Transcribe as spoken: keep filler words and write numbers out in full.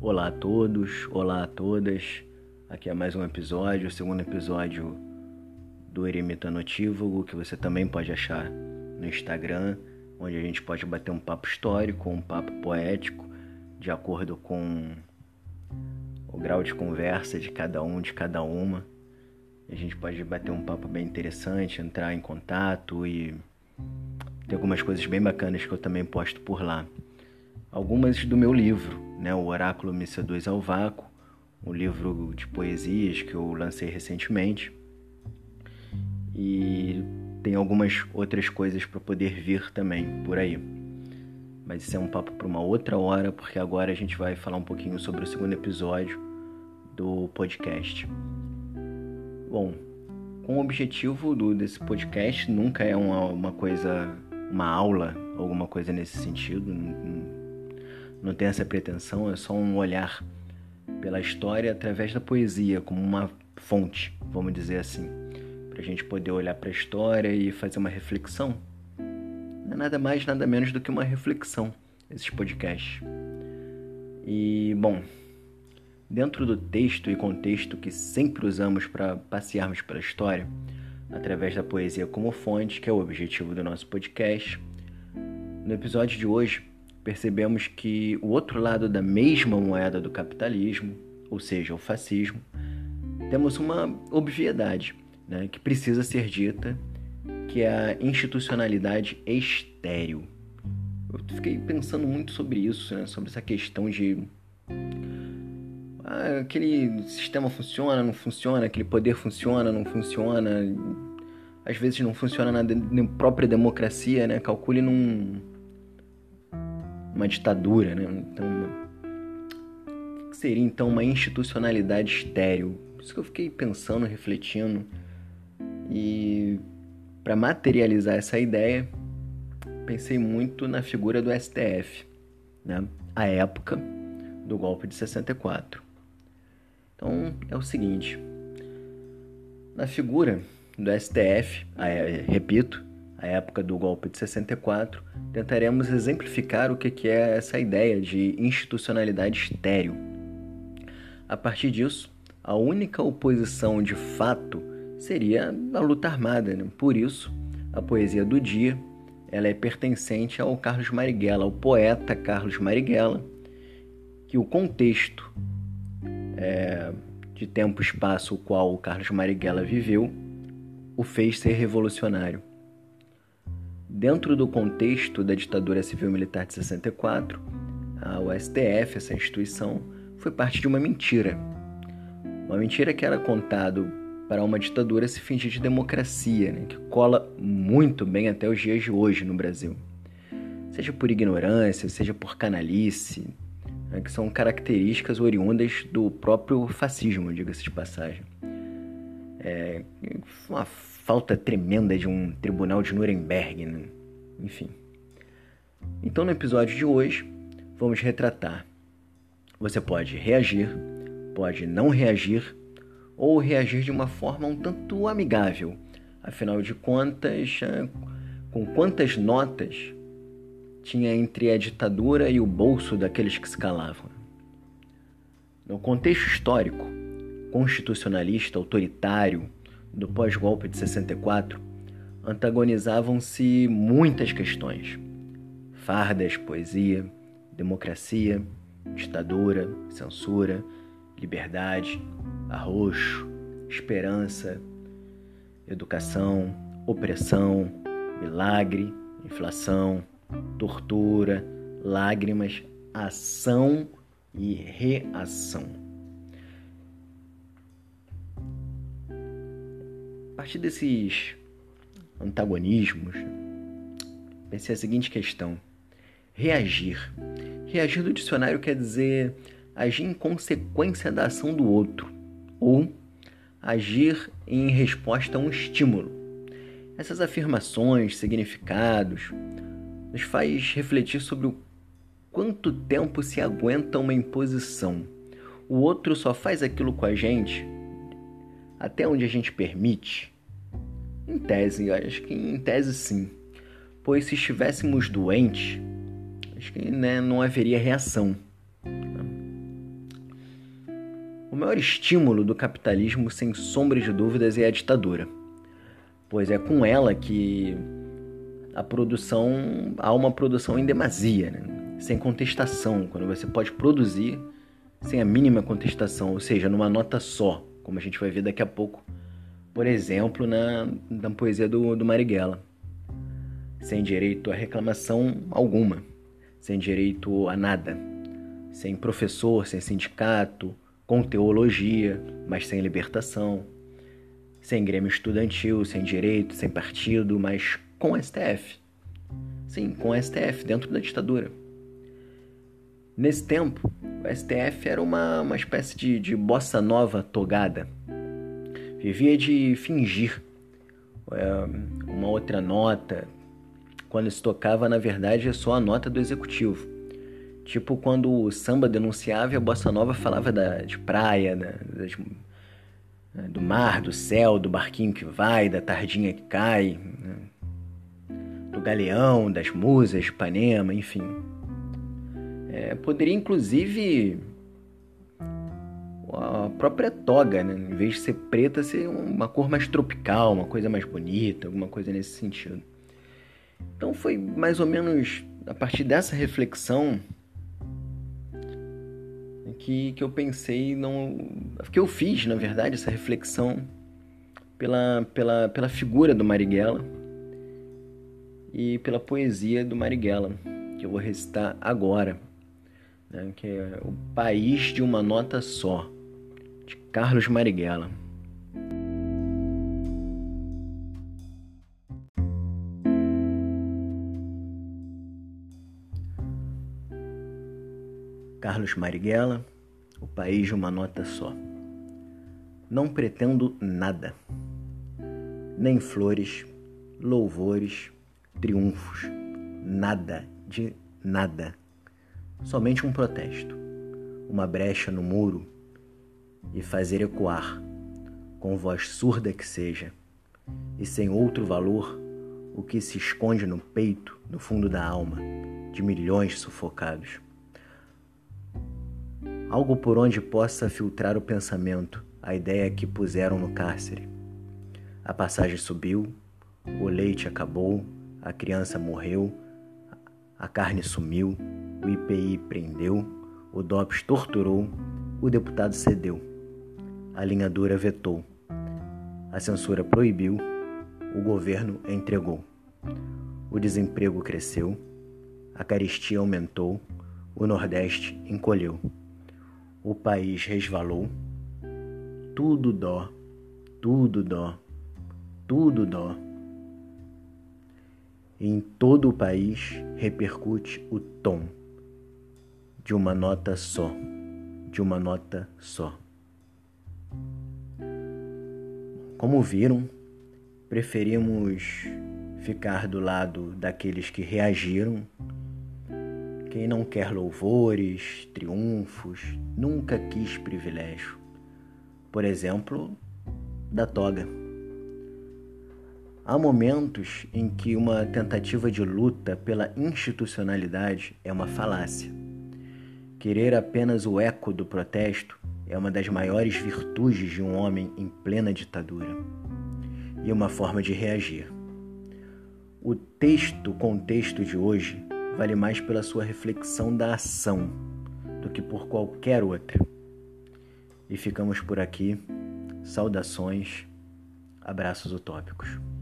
Olá a todos, olá a todas. Aqui é mais um episódio, o segundo episódio do Eremita Notívago, que você também pode achar no Instagram, onde a gente pode bater um papo histórico, um papo poético, de acordo com o grau de conversa de cada um, de cada uma. A gente pode bater um papo bem interessante, entrar em contato e tem algumas coisas bem bacanas que eu também posto por lá. Algumas do meu livro, né, o Oráculo Me Seduz ao Vácuo, um livro de poesias que eu lancei recentemente. E tem algumas outras coisas para poder vir também por aí. Mas isso é um papo para uma outra hora, porque agora a gente vai falar um pouquinho sobre o segundo episódio do podcast. Bom, com o objetivo do, desse podcast nunca é uma, uma coisa, uma aula, alguma coisa nesse sentido. Não, não tem essa pretensão, é só um olhar pela história através da poesia, como uma fonte, vamos dizer assim, para a gente poder olhar para a história e fazer uma reflexão. Não é nada mais, nada menos do que uma reflexão, esses podcasts. E, bom, dentro do texto e contexto que sempre usamos para passearmos pela história, através da poesia como fonte, que é o objetivo do nosso podcast, no episódio de hoje, percebemos que o outro lado da mesma moeda do capitalismo, ou seja, o fascismo, temos uma obviedade, né, que precisa ser dita, que é a institucionalidade estéril. Eu fiquei pensando muito sobre isso, né, sobre essa questão de ah, aquele sistema funciona, não funciona, aquele poder funciona, não funciona, às vezes não funciona na, de, na própria democracia, né, calcule num uma ditadura, né? Então, o que seria então uma institucionalidade estéril? Isso que eu fiquei pensando, refletindo, e para materializar essa ideia, pensei muito na figura do S T F, né? A época do golpe de sessenta e quatro. Então, é o seguinte, na figura do S T F, repito, a época do golpe de sessenta e quatro, tentaremos exemplificar o que é essa ideia de institucionalidade estéril. A partir disso, a única oposição de fato seria a luta armada, né? Por isso, a poesia do dia ela é pertencente ao Carlos Marighella, ao poeta Carlos Marighella, que o contexto é, de tempo e espaço o qual o Carlos Marighella viveu o fez ser revolucionário. Dentro do contexto da ditadura civil-militar de sessenta e quatro, o S T F, essa instituição, foi parte de uma mentira. Uma mentira que era contado para uma ditadura se fingir de democracia, né, que cola muito bem até os dias de hoje no Brasil. Seja por ignorância, seja por canalice, né, que são características oriundas do próprio fascismo, diga-se de passagem. É uma falta tremenda de um tribunal de Nuremberg, né? Enfim. Então, no episódio de hoje, vamos retratar. Você pode reagir, pode não reagir, ou reagir de uma forma um tanto amigável. Afinal de contas, com quantas notas tinha entre a ditadura e o bolso daqueles que se calavam? No contexto histórico, constitucionalista, autoritário, do pós-golpe de sessenta e quatro, antagonizavam-se muitas questões. Fardas, poesia, democracia, ditadura, censura, liberdade, arroxo, esperança, educação, opressão, milagre, inflação, tortura, lágrimas, ação e reação. A partir desses antagonismos, pensei a seguinte questão. Reagir. Reagir do dicionário quer dizer agir em consequência da ação do outro, ou agir em resposta a um estímulo. Essas afirmações, significados, nos faz refletir sobre o quanto tempo se aguenta uma imposição. O outro só faz aquilo com a gente até onde a gente permite. Em tese, acho que em tese sim. Pois se estivéssemos doentes, acho que né, não haveria reação. maior estímulo do capitalismo, sem sombra de dúvidas, é a ditadura, pois é com ela que a produção, há uma produção em demasia, né? Sem contestação, quando você pode produzir sem a mínima contestação, ou seja, numa nota só, como a gente vai ver daqui a pouco, por exemplo, na, na poesia do, do Marighella. Sem direito a reclamação alguma, sem direito a nada, sem professor, sem sindicato, com teologia, mas sem libertação, sem grêmio estudantil, sem direito, sem partido, mas com S T F. Sim, com S T F, dentro da ditadura. Nesse tempo, o S T F era uma, uma espécie de, de bossa nova togada. Vivia de fingir é, uma outra nota, quando se tocava, na verdade, é só a nota do executivo. Tipo quando o samba denunciava e a bossa nova falava da, de praia, da, das, do mar, do céu, do barquinho que vai, da tardinha que cai, né? Do galeão, das musas, de Ipanema, enfim. É, poderia, inclusive, a própria toga, né? Em vez de ser preta, ser uma cor mais tropical, uma coisa mais bonita, alguma coisa nesse sentido. Então foi mais ou menos a partir dessa reflexão que, que eu pensei, não, que eu fiz, na verdade, essa reflexão pela, pela, pela figura do Marighella e pela poesia do Marighella, que eu vou recitar agora, né, que é O País de uma Nota Só, de Carlos Marighella. Carlos Marighella, O País de uma Nota Só. Não pretendo nada, nem flores, louvores, triunfos, nada de nada. Somente um protesto, uma brecha no muro e fazer ecoar, com voz surda que seja, e sem outro valor, o que se esconde no peito, no fundo da alma, de milhões sufocados. Algo por onde possa filtrar o pensamento, a ideia que puseram no cárcere. A passagem subiu, o leite acabou, a criança morreu, a carne sumiu, o I P I prendeu, o DOPS torturou, o deputado cedeu, a linha dura vetou, a censura proibiu, o governo entregou. O desemprego cresceu, a carestia aumentou, o Nordeste encolheu. O país resvalou, tudo dó, tudo dó, tudo dó. E em todo o país repercute o tom de uma nota só, de uma nota só. Como viram, preferimos ficar do lado daqueles que reagiram. Quem não quer louvores, triunfos, nunca quis privilégio. Por exemplo, da toga. Há momentos em que uma tentativa de luta pela institucionalidade é uma falácia. Querer apenas o eco do protesto é uma das maiores virtudes de um homem em plena ditadura e uma forma de reagir. O texto, contexto de hoje vale mais pela sua reflexão da ação do que por qualquer outra. E ficamos por aqui. Saudações, abraços utópicos.